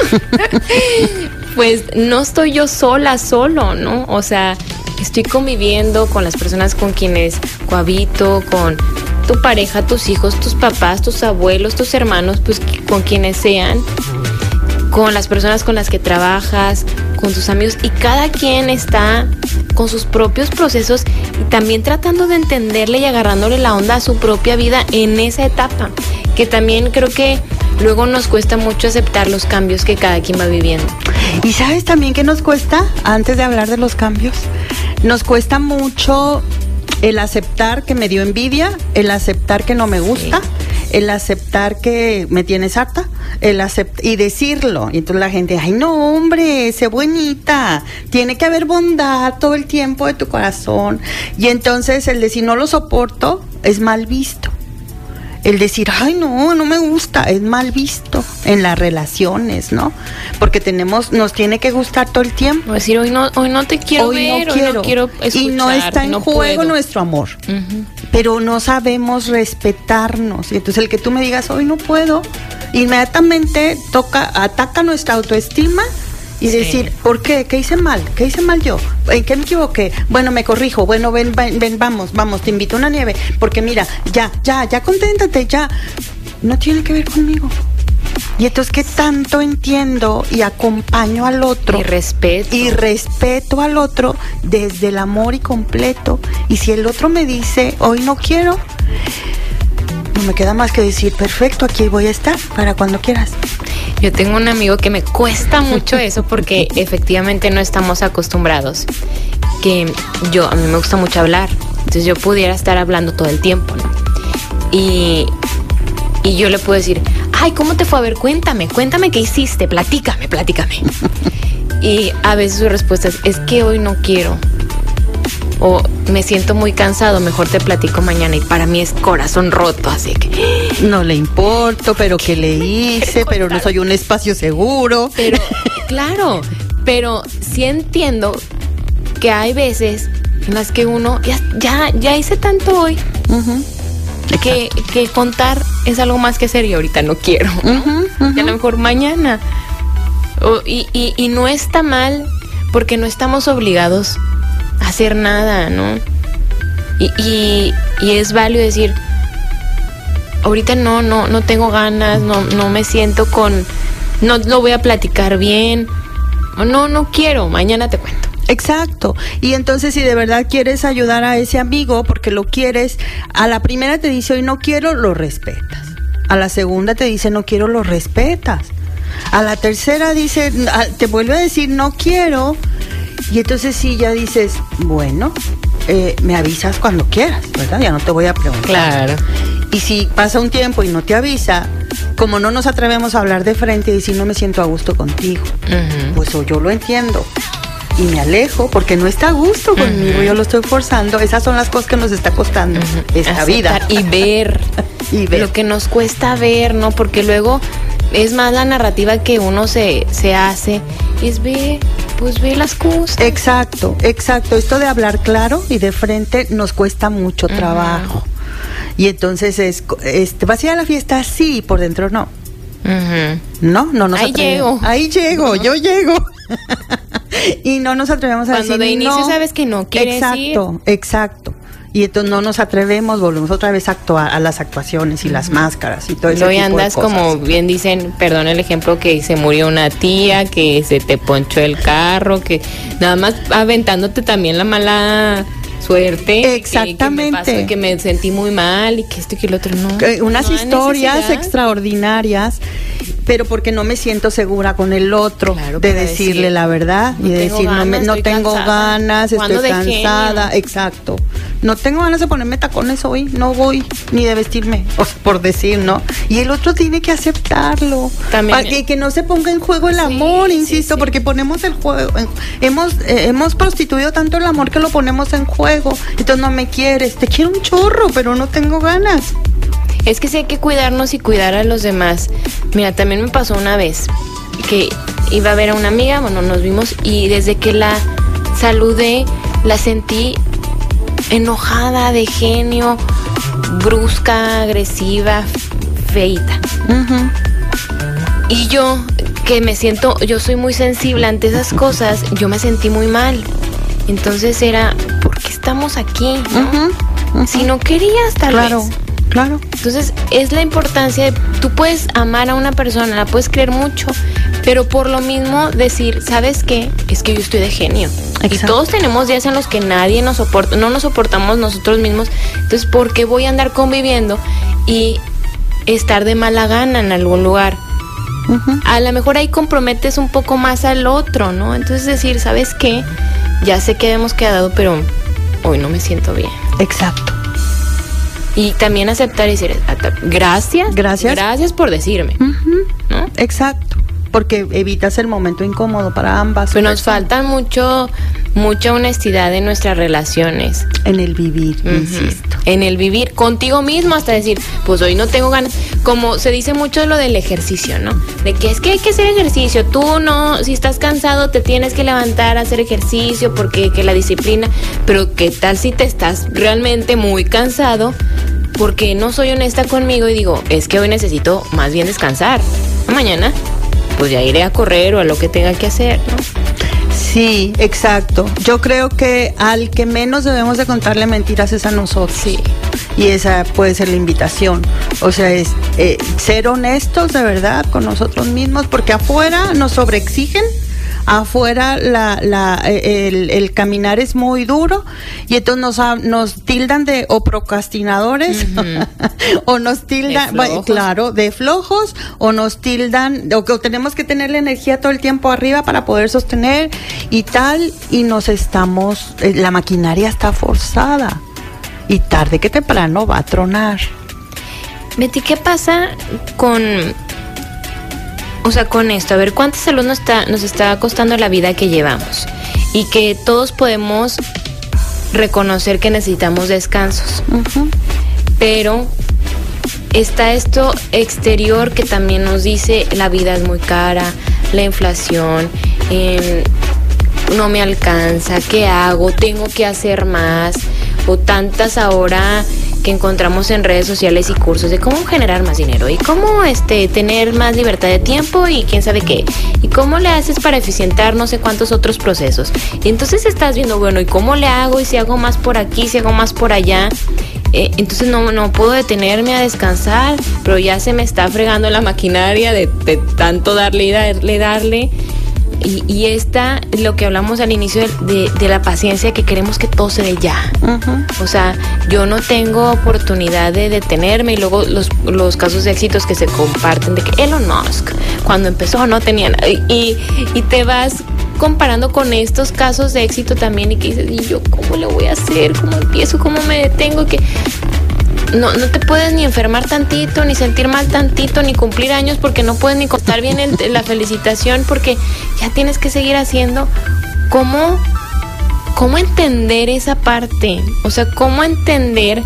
pues no estoy yo sola, solo, ¿no? O sea, estoy conviviendo con las personas con quienes cohabito, con tu pareja, tus hijos, tus papás, tus abuelos, tus hermanos, pues con quienes sean, con las personas con las que trabajas, con tus amigos, y cada quien está con sus propios procesos y también tratando de entenderle y agarrándole la onda a su propia vida en esa etapa, que también creo que luego nos cuesta mucho aceptar los cambios que cada quien va viviendo. ¿Y sabes también qué nos cuesta? Antes de hablar de los cambios, nos cuesta mucho el aceptar que me dio envidia, el aceptar que no me gusta, sí. el aceptar que me tienes harta, el acept- y decirlo. Y entonces la gente, ay no hombre, sé bonita, tiene que haber bondad todo el tiempo de tu corazón. Y entonces el decir no lo soporto es mal visto. El decir, ay no, no me gusta, es mal visto en las relaciones, ¿no? Porque tenemos, nos tiene que gustar todo el tiempo. O decir, hoy no, hoy no te quiero hoy ver, no quiero. hoy no quiero escuchar. Y no está en no juego puedo. nuestro amor. Uh-huh. Pero no sabemos respetarnos. Y entonces el que tú me digas, hoy no puedo, inmediatamente toca, ataca nuestra autoestima. Y sí. decir, ¿por qué? ¿Qué hice mal? ¿Qué hice mal yo? ¿En qué me equivoqué? Bueno, me corrijo. Bueno, ven, ven, ven, vamos, vamos, te invito a una nieve. Porque mira, ya, ya, ya conténtate, ya. No tiene que ver conmigo. Y entonces, ¿qué tanto entiendo y acompaño al otro? Y respeto. Y respeto al otro desde el amor y completo. Y si el otro me dice, hoy no quiero, no me queda más que decir, perfecto, aquí voy a estar para cuando quieras. Yo tengo un amigo que me cuesta mucho eso porque efectivamente no estamos acostumbrados. Que yo, a mí me gusta mucho hablar, entonces yo pudiera estar hablando todo el tiempo, ¿no? Y, y yo le puedo decir, ay, ¿cómo te fue? A ver, cuéntame, cuéntame qué hiciste, platícame, platícame. Y a veces su respuesta es, es que hoy no quiero. O me siento muy cansado, mejor te platico mañana. Y para mí es corazón roto, así que no le importo, pero que le hice, pero no soy un espacio seguro. Pero, claro, pero sí entiendo que hay veces en las que uno ya, ya, ya hice tanto hoy, uh-huh. que, que contar es algo más que hacer y ahorita no quiero, ¿no? Uh-huh, uh-huh. Y a lo mejor mañana. O, y, y, y no está mal, porque no estamos obligados hacer nada, ¿no? Y, y, y es válido decir, ahorita no, no, no tengo ganas, no, no me siento con, no lo voy a platicar bien, no, no quiero, mañana te cuento. Exacto. Y entonces si de verdad quieres ayudar a ese amigo porque lo quieres, a la primera te dice hoy no quiero, lo respetas. A la segunda te dice no quiero, lo respetas. A la tercera dice, te vuelve a decir no quiero. Y entonces sí, ya dices, bueno, eh, me avisas cuando quieras, ¿verdad? Ya no te voy a preguntar. Claro. Y si pasa un tiempo y no te avisa, como no nos atrevemos a hablar de frente y decir no me siento a gusto contigo, uh-huh. pues o yo lo entiendo y me alejo porque no está a gusto conmigo, uh-huh. yo lo estoy forzando. Esas son las cosas que nos está costando uh-huh. esta Aceptar vida. Y ver, y ver lo que nos cuesta ver, ¿no? Porque luego es más la narrativa que uno se, se hace, es ver, pues ve las cosas. Exacto, exacto. Esto de hablar claro y de frente nos cuesta mucho uh-huh. trabajo. Y entonces es, este, ¿vas a ir a la fiesta? Sí, por dentro no. Uh-huh. No, no nos Ahí atrevemos. llego. Ahí llego, uh-huh. yo llego. Y no nos atrevemos a Cuando decir de inicio no. sabes que no quieres exacto, ir. Exacto, exacto. Y entonces no nos atrevemos, volvemos otra vez a actuar a las actuaciones y uh-huh. las máscaras y todo eso. Hoy andas como bien dicen, perdón el ejemplo, que se murió una tía, que se te ponchó el carro, que nada más aventándote también la mala suerte. Exactamente. Que, que me pasó y que me sentí muy mal y que esto y que el otro no. Que unas no historias extraordinarias, pero porque no me siento segura con el otro, claro, de decirle decir, la verdad no y de decir ganas, no, me, no tengo cansada. ganas, estoy cansada, genio? Exacto. No tengo ganas de ponerme tacones hoy, no voy ni de vestirme, o sea, por decir, ¿no? Y el otro tiene que aceptarlo. También. Para que, que no se ponga en juego el amor, sí, insisto, sí, sí. porque ponemos el juego, en, hemos eh, hemos prostituido tanto el amor que lo ponemos en juego. Entonces no me quieres, te quiero un chorro, pero no tengo ganas. Es que sí hay que cuidarnos y cuidar a los demás. Mira, también me pasó una vez que iba a ver a una amiga, bueno, nos vimos y desde que la saludé la sentí enojada, de genio, brusca, agresiva, feita. Uh-huh. Y yo, que me siento, yo soy muy sensible ante esas cosas, yo me sentí muy mal. Entonces era, ¿por qué estamos aquí? ¿No? Uh-huh. Uh-huh. Si no querías, tal claro, vez. Claro. Entonces, es la importancia de, tú puedes amar a una persona, la puedes querer mucho, pero por lo mismo decir, ¿sabes qué? Es que yo estoy de genio. Exacto. Y todos tenemos días en los que nadie nos soporta, no nos soportamos nosotros mismos. Entonces, ¿por qué voy a andar conviviendo y estar de mala gana en algún lugar? Uh-huh. A lo mejor ahí comprometes un poco más al otro, ¿no? Entonces decir, ¿sabes qué? Ya sé que hemos quedado, pero hoy no me siento bien. Exacto. Y también aceptar y decir, gracias, gracias, gracias por decirme, uh-huh. ¿no? Exacto, porque evitas el momento incómodo para ambas. Pero nos falta mucho, mucha honestidad en nuestras relaciones. En el vivir, uh-huh. insisto. En el vivir contigo mismo, hasta decir, pues hoy no tengo ganas. Como se dice mucho lo del ejercicio, ¿no? De que es que hay que hacer ejercicio. Tú no, si estás cansado te tienes que levantar a hacer ejercicio porque que la disciplina. Pero ¿qué tal si te estás realmente muy cansado? Porque no soy honesta conmigo y digo, es que hoy necesito más bien descansar. Mañana, pues ya iré a correr o a lo que tenga que hacer, ¿no? Sí, exacto. Yo creo que al que menos debemos de contarle mentiras es a nosotros. Sí. Y esa puede ser la invitación. O sea, es eh, ser honestos de verdad con nosotros mismos, porque afuera nos sobreexigen. Afuera la, la, el, el caminar es muy duro y entonces nos, nos tildan de o procrastinadores uh-huh. o nos tildan, de claro, de flojos o nos tildan o que tenemos que tener la energía todo el tiempo arriba para poder sostener y tal, y nos estamos, la maquinaria está forzada y tarde que temprano va a tronar. Betty, ¿qué pasa con... O sea, con esto, a ver, ¿cuánta salud nos está, nos está costando la vida que llevamos? Y que todos podemos reconocer que necesitamos descansos. Uh-huh. Pero está esto exterior que también nos dice la vida es muy cara, la inflación, eh, no me alcanza, ¿qué hago? Tengo que hacer más. O tantas ahora que encontramos en redes sociales y cursos de cómo generar más dinero y cómo este tener más libertad de tiempo y quién sabe qué, y cómo le haces para eficientar no sé cuántos otros procesos. Y entonces estás viendo, bueno, ¿y cómo le hago? Y si hago más por aquí, si hago más por allá, eh, entonces no, no puedo detenerme a descansar, pero ya se me está fregando la maquinaria de, de tanto darle y darle, darle. Y, y esta, lo que hablamos al inicio de, de, de la paciencia, que queremos que todo se dé ya. Uh-huh. O sea, yo no tengo oportunidad de detenerme. Y luego los, los casos de éxitos que se comparten de que Elon Musk, cuando empezó, no tenía nada. Y, y, y te vas comparando con estos casos de éxito también y que dices, ¿y yo cómo le voy a hacer? ¿Cómo empiezo? ¿Cómo me detengo? Que no, no te puedes ni enfermar tantito, ni sentir mal tantito, ni cumplir años porque no puedes ni contar bien el, la felicitación porque ya tienes que seguir haciendo. ¿Cómo, cómo entender esa parte? O sea, ¿cómo entender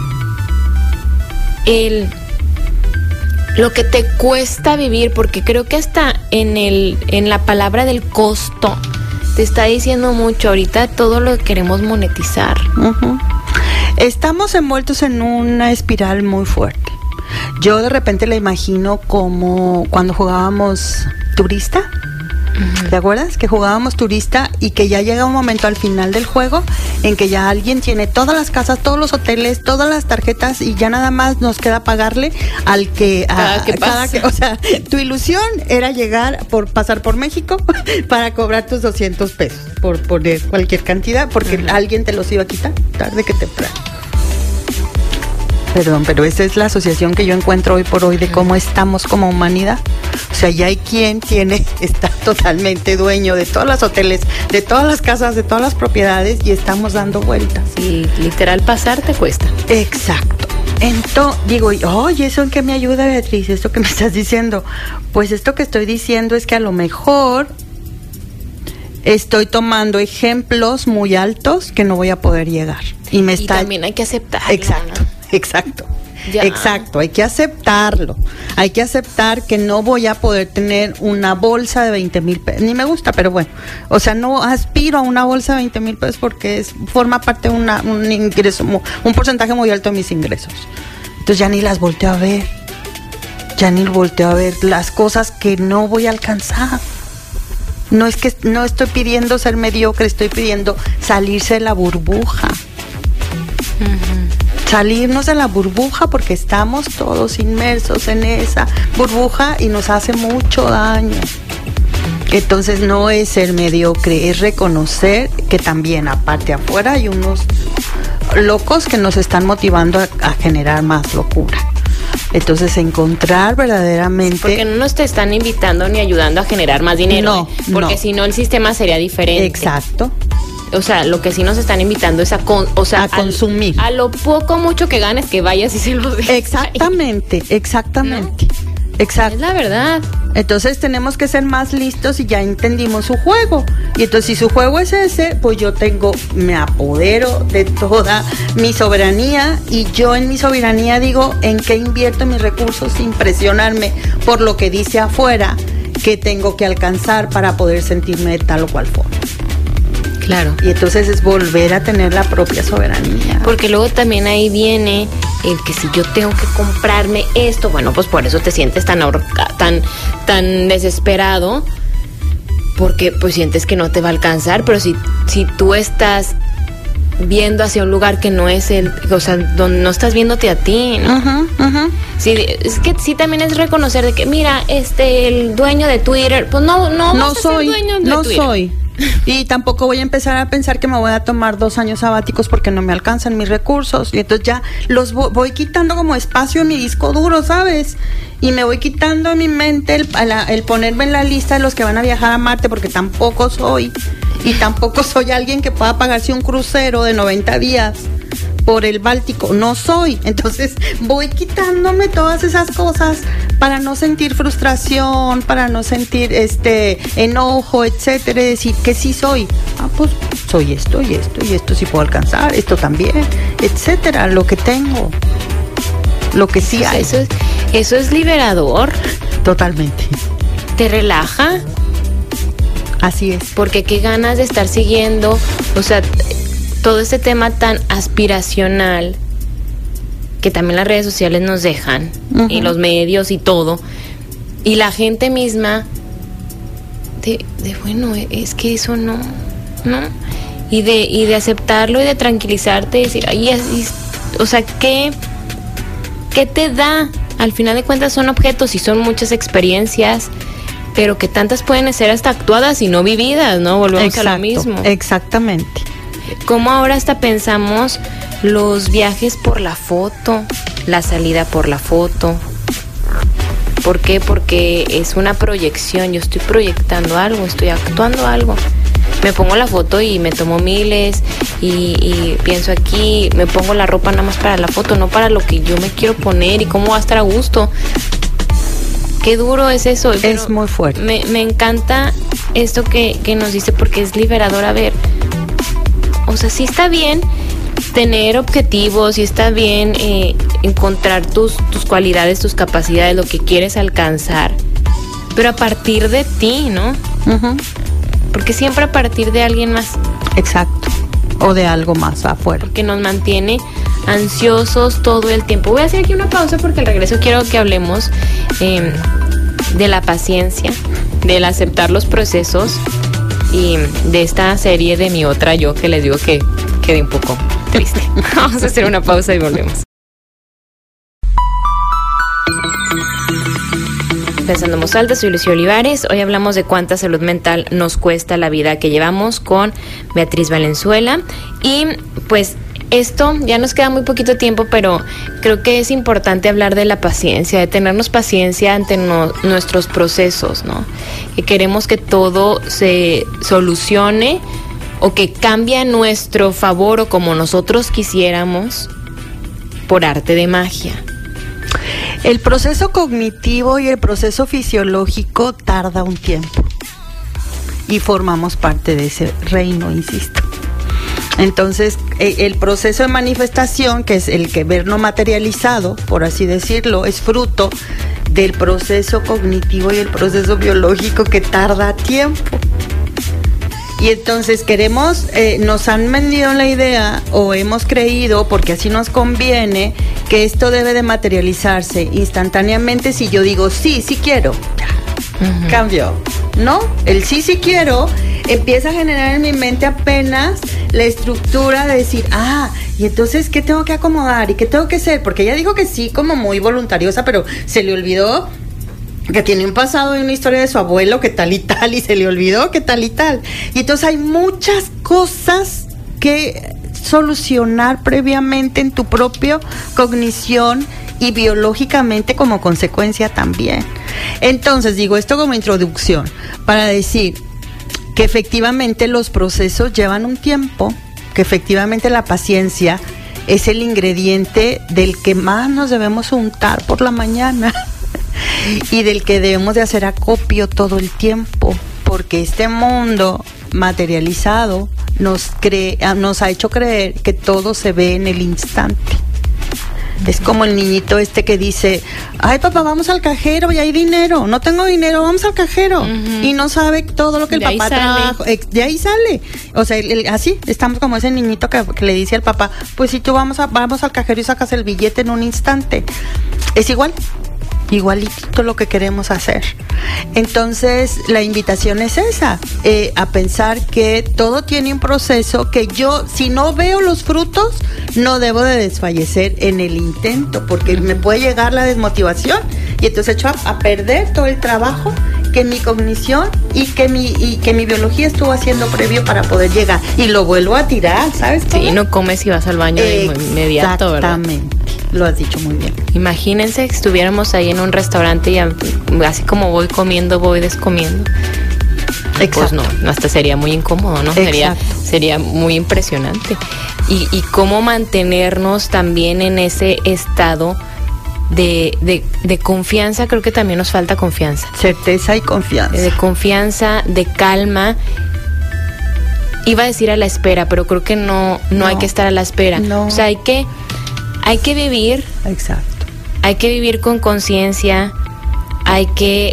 el lo que te cuesta vivir? Porque creo que hasta en el en la palabra del costo te está diciendo mucho. Ahorita todo lo queremos monetizar. Uh-huh. Estamos envueltos en una espiral muy fuerte. Yo de repente la imagino como cuando jugábamos turista. Uh-huh. ¿Te acuerdas? Que jugábamos turista y que ya llega un momento al final del juego en que ya alguien tiene todas las casas, todos los hoteles, todas las tarjetas y ya nada más nos queda pagarle al que... A, cada que cada que, o sea, tu ilusión era llegar, por pasar por México para cobrar tus doscientos pesos por poner cualquier cantidad porque uh-huh. alguien te los iba a quitar tarde que temprano. Perdón, pero esa es la asociación que yo encuentro hoy por hoy de cómo estamos como humanidad. O sea, ya hay quien tiene, está totalmente dueño de todos los hoteles, de todas las casas, de todas las propiedades y estamos dando vueltas. Y literal pasar te cuesta. Exacto. Entonces, digo, oye, ¿eso en qué me ayuda, Beatriz? ¿Esto que me estás diciendo? Pues esto que estoy diciendo es que a lo mejor estoy tomando ejemplos muy altos que no voy a poder llegar. Y me y está... también hay que aceptar. Exacto. ¿no? Exacto. Ya. Exacto, hay que aceptarlo. Hay que aceptar que no voy a poder tener una bolsa de veinte mil pesos. Ni me gusta, pero bueno. O sea, no aspiro a una bolsa de veinte mil pesos porque es, forma parte de una, un ingreso, un porcentaje muy alto de mis ingresos. Entonces ya ni las volteo a ver. Ya ni volteo a ver las cosas que no voy a alcanzar. No es que no estoy pidiendo ser mediocre, estoy pidiendo salirse de la burbuja. Uh-huh. Salirnos de la burbuja porque estamos todos inmersos en esa burbuja y nos hace mucho daño. Entonces no es ser mediocre, es reconocer que también aparte afuera hay unos locos que nos están motivando a, a generar más locura. Entonces encontrar verdaderamente... Porque no nos te están invitando ni ayudando a generar más dinero. No, ¿eh? Porque no. si no el sistema sería diferente. Exacto. O sea, lo que sí nos están invitando es a, con, o sea, a consumir. A lo poco mucho que ganes que vayas y se los dejes. Exactamente, exactamente. ¿No? Exacto. Es la verdad. Entonces tenemos que ser más listos y ya entendimos su juego. Y entonces si su juego es ese, pues yo tengo, me apodero de toda mi soberanía y yo en mi soberanía digo en qué invierto mis recursos sin presionarme por lo que dice afuera que tengo que alcanzar para poder sentirme de tal o cual forma. Claro. Y entonces es volver a tener la propia soberanía. Porque luego también ahí viene el que si yo tengo que comprarme esto, bueno, pues por eso te sientes tan ahorca, tan, tan desesperado, porque pues sientes que no te va a alcanzar, pero si, si tú estás viendo hacia un lugar que no es el, o sea, donde no estás viéndote a ti, ¿no? Uh-huh, uh-huh. Sí, es que sí también es reconocer de que, mira, este, el dueño de Twitter, pues no, no, no vas soy, a ser dueño de no Twitter. soy. Y tampoco voy a empezar a pensar que me voy a tomar dos años sabáticos porque no me alcanzan mis recursos. Y entonces ya los voy quitando como espacio en mi disco duro, ¿sabes? Y me voy quitando en mi mente el, el ponerme en la lista de los que van a viajar a Marte porque tampoco soy. Y tampoco soy alguien que pueda pagarse un crucero de noventa días por el Báltico. No soy. Entonces voy quitándome todas esas cosas para no sentir frustración, para no sentir este enojo, etcétera, y decir que sí soy. Ah, pues soy esto y esto y esto sí puedo alcanzar, esto también, etcétera, lo que tengo, lo que sí hay. Eso es, eso es liberador. Totalmente. Te relaja. Así es. Porque qué ganas de estar siguiendo, o sea, todo este tema tan aspiracional que también las redes sociales nos dejan, uh-huh. y los medios y todo, y la gente misma de, de bueno, es que eso no, no, y de, y de aceptarlo y de tranquilizarte y decir, ay, así, o sea, ¿qué, qué te da? Al final de cuentas son objetos y son muchas experiencias, pero que tantas pueden ser hasta actuadas y no vividas, ¿no? Volvemos Exacto, a lo mismo. Exactamente. Como ahora hasta pensamos los viajes por la foto, la salida por la foto. ¿Por qué? Porque es una proyección, yo estoy proyectando algo, estoy actuando algo. Me pongo la foto y me tomo miles y, y pienso aquí, me pongo la ropa nada más para la foto, no para lo que yo me quiero poner y cómo va a estar a gusto. Qué duro es eso. Es muy fuerte. Me, me encanta esto que, que nos dice porque es liberador. A ver, o sea, sí está bien tener objetivos, sí está bien eh, encontrar tus, tus cualidades, tus capacidades, lo que quieres alcanzar, pero a partir de ti, ¿no? Uh-huh. Porque siempre a partir de alguien más. Exacto. O de algo más afuera. Porque nos mantiene ansiosos todo el tiempo. Voy a hacer aquí una pausa porque al regreso quiero que hablemos eh, de la paciencia, del aceptar los procesos y de esta serie de Mi Otra Yo que les digo que quedé un poco triste. Vamos a hacer una pausa y volvemos. Pensando en voz alta, soy Lucía Olivares. Hoy hablamos de cuánta salud mental nos cuesta la vida que llevamos con Beatriz Valenzuela. Y pues esto ya nos queda muy poquito tiempo, pero creo que es importante hablar de la paciencia, de tenernos paciencia ante no, nuestros procesos, ¿no? Que queremos que todo se solucione o que cambie a nuestro favor o como nosotros quisiéramos por arte de magia. El proceso cognitivo y el proceso fisiológico tarda un tiempo y formamos parte de ese reino, insisto. Entonces, el proceso de manifestación, que es el que ver no materializado, por así decirlo, es fruto del proceso cognitivo y el proceso biológico que tarda tiempo. Y entonces queremos, eh, nos han vendido la idea o hemos creído, porque así nos conviene, que esto debe de materializarse instantáneamente. Si yo digo sí, sí quiero, uh-huh. Cambio. No, el sí, sí quiero empieza a generar en mi mente apenas la estructura de decir, ah, y entonces, ¿qué tengo que acomodar? ¿Y qué tengo que hacer? Porque ella dijo que sí, como muy voluntariosa, pero se le olvidó que tiene un pasado y una historia de su abuelo, que tal y tal, y se le olvidó que tal y tal. Y entonces hay muchas cosas que solucionar previamente en tu propia cognición y biológicamente como consecuencia también. Entonces, digo esto como introducción, para decir que efectivamente los procesos llevan un tiempo, que efectivamente la paciencia es el ingrediente del que más nos debemos untar por la mañana y del que debemos de hacer acopio todo el tiempo, porque este mundo materializado nos cree, nos ha hecho creer que todo se ve en el instante. Es como el niñito este que dice, ay papá, vamos al cajero y hay dinero, no tengo dinero, vamos al cajero, uh-huh. Y no sabe todo lo que el de papá trabaja, de ahí sale. O sea, el, el, así estamos como ese niñito que, que le dice al papá, pues si tú vamos a, vamos al cajero y sacas el billete en un instante. Es igual, igualito lo que queremos hacer. Entonces la invitación es esa, eh, a pensar que todo tiene un proceso, que yo si no veo los frutos no debo de desfallecer en el intento, porque me puede llegar la desmotivación y entonces echo a, a perder todo el trabajo que mi cognición y que mi y que mi biología estuvo haciendo previo para poder llegar, y lo vuelvo a tirar, ¿sabes? Sí, no comes y vas al baño de inmediato, ¿verdad? Exactamente, lo has dicho muy bien. Imagínense que estuviéramos ahí en un restaurante y así como voy comiendo, voy descomiendo. Exacto. Pues no, no, hasta sería muy incómodo, ¿no? Sería, sería muy impresionante. Y, y cómo mantenernos también en ese estado de, de, de confianza. Creo que también nos falta confianza. Certeza y confianza. De confianza, de calma. Iba a decir a la espera, pero creo que no, no, no hay que estar a la espera. No. O sea, hay que, hay que vivir. Exacto. Hay que vivir con conciencia. Hay que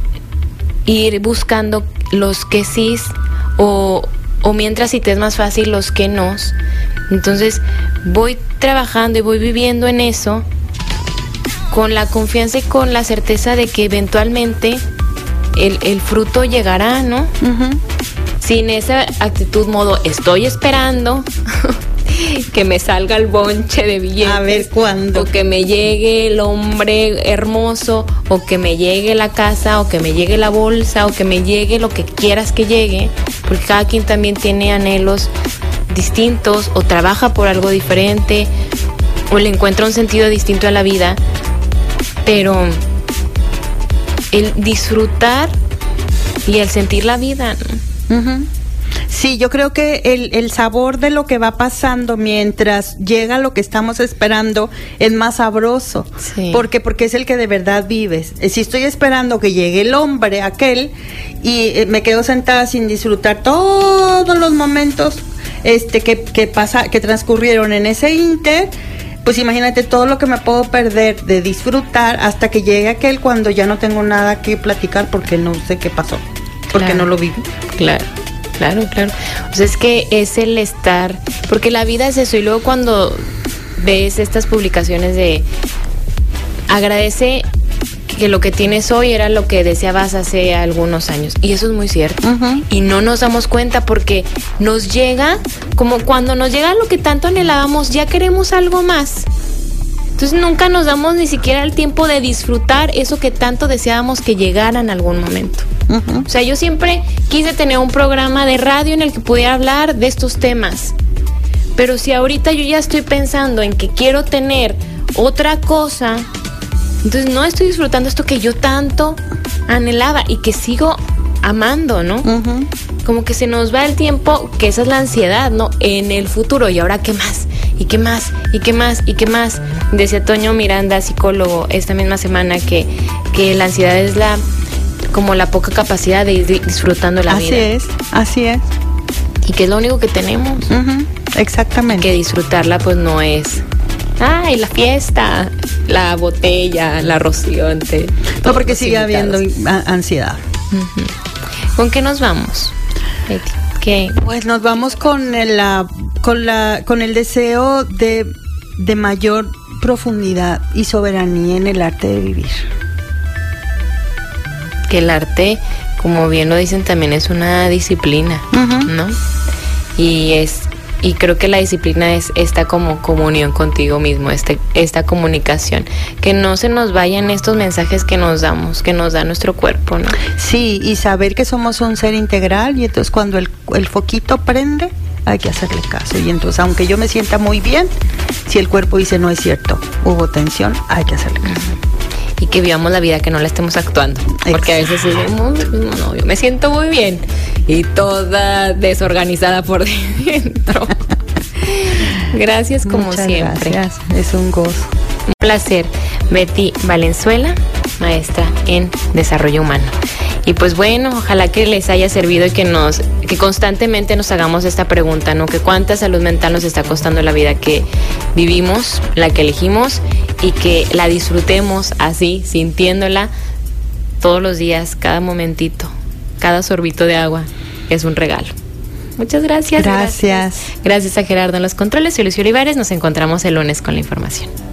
ir buscando los que sí o, o mientras si te es más fácil los que no. Entonces voy trabajando y voy viviendo en eso con la confianza y con la certeza de que eventualmente el, el fruto llegará, ¿no? Uh-huh. Sin esa actitud modo estoy esperando que me salga el bonche de billetes, a ver cuándo, o que me llegue el hombre hermoso, o que me llegue la casa, o que me llegue la bolsa, o que me llegue lo que quieras que llegue, porque cada quien también tiene anhelos distintos, o trabaja por algo diferente, o le encuentra un sentido distinto a la vida. Pero el disfrutar y el sentir la vida, ¿no? Uh-huh. Sí, yo creo que el, el sabor de lo que va pasando mientras llega lo que estamos esperando es más sabroso. Sí. Porque, porque es el que de verdad vives. Si estoy esperando que llegue el hombre aquel y eh, me quedo sentada sin disfrutar todos los momentos este que, que pasa, que transcurrieron en ese inter, pues imagínate todo lo que me puedo perder de disfrutar hasta que llegue aquel cuando ya no tengo nada que platicar porque no sé qué pasó, porque claro, no lo viví. Claro. Claro, claro. O sea, es que es el estar, porque la vida es eso. Y luego cuando ves estas publicaciones de agradece que lo que tienes hoy era lo que deseabas hace algunos años, y eso es muy cierto. Uh-huh. Y no nos damos cuenta porque nos llega, como cuando nos llega lo que tanto anhelábamos, ya queremos algo más. Entonces nunca nos damos ni siquiera el tiempo de disfrutar eso que tanto deseábamos que llegara en algún momento. Uh-huh. O sea, yo siempre quise tener un programa de radio en el que pudiera hablar de estos temas. Pero si ahorita yo ya estoy pensando en que quiero tener otra cosa, entonces no estoy disfrutando esto que yo tanto anhelaba y que sigo amando, ¿no? Uh-huh. Como que se nos va el tiempo, que esa es la ansiedad, ¿no? En el futuro, ¿y ahora qué más? ¿Y qué más? ¿Y qué más? ¿Y qué más? Decía Toño Miranda, psicólogo, esta misma semana, que, que la ansiedad es la como la poca capacidad de ir disfrutando la así vida. Así es, así es. Y que es lo único que tenemos. Uh-huh. exactamente. Que disfrutarla pues no es, ay, la fiesta, la botella, la rocionte. No, porque sigue habiendo ansiedad. Uh-huh. ¿Con qué nos vamos, Betty? ¿Qué? Pues nos vamos con el, la, con la, con el deseo de, de mayor profundidad y soberanía en el arte de vivir. Que el arte, como bien lo dicen, también es una disciplina, uh-huh. ¿no? Y es y creo que la disciplina es esta como comunión contigo mismo, este esta comunicación, que no se nos vayan estos mensajes que nos damos, que nos da nuestro cuerpo, ¿no? Sí, y saber que somos un ser integral, y entonces cuando el, el foquito prende, hay que hacerle caso. Y entonces, aunque yo me sienta muy bien, si el cuerpo dice no es cierto, hubo tensión, hay que hacerle caso. Y que vivamos la vida, que no la estemos actuando. Porque Exacto. a veces decimos, no, no, yo me siento muy bien. Y toda desorganizada por dentro. Gracias como Muchas siempre. Gracias, es un gozo. Un placer. Betty Valenzuela, maestra en Desarrollo Humano. Y pues bueno, ojalá que les haya servido y que nos, que constantemente nos hagamos esta pregunta, ¿no? Que cuánta salud mental nos está costando la vida que vivimos, la que elegimos, y que la disfrutemos así, sintiéndola todos los días, cada momentito, cada sorbito de agua es un regalo. Muchas gracias. Gracias. Gracias, gracias a Gerardo en los controles. Soy Lucio Olivares. Nos encontramos el lunes con la información.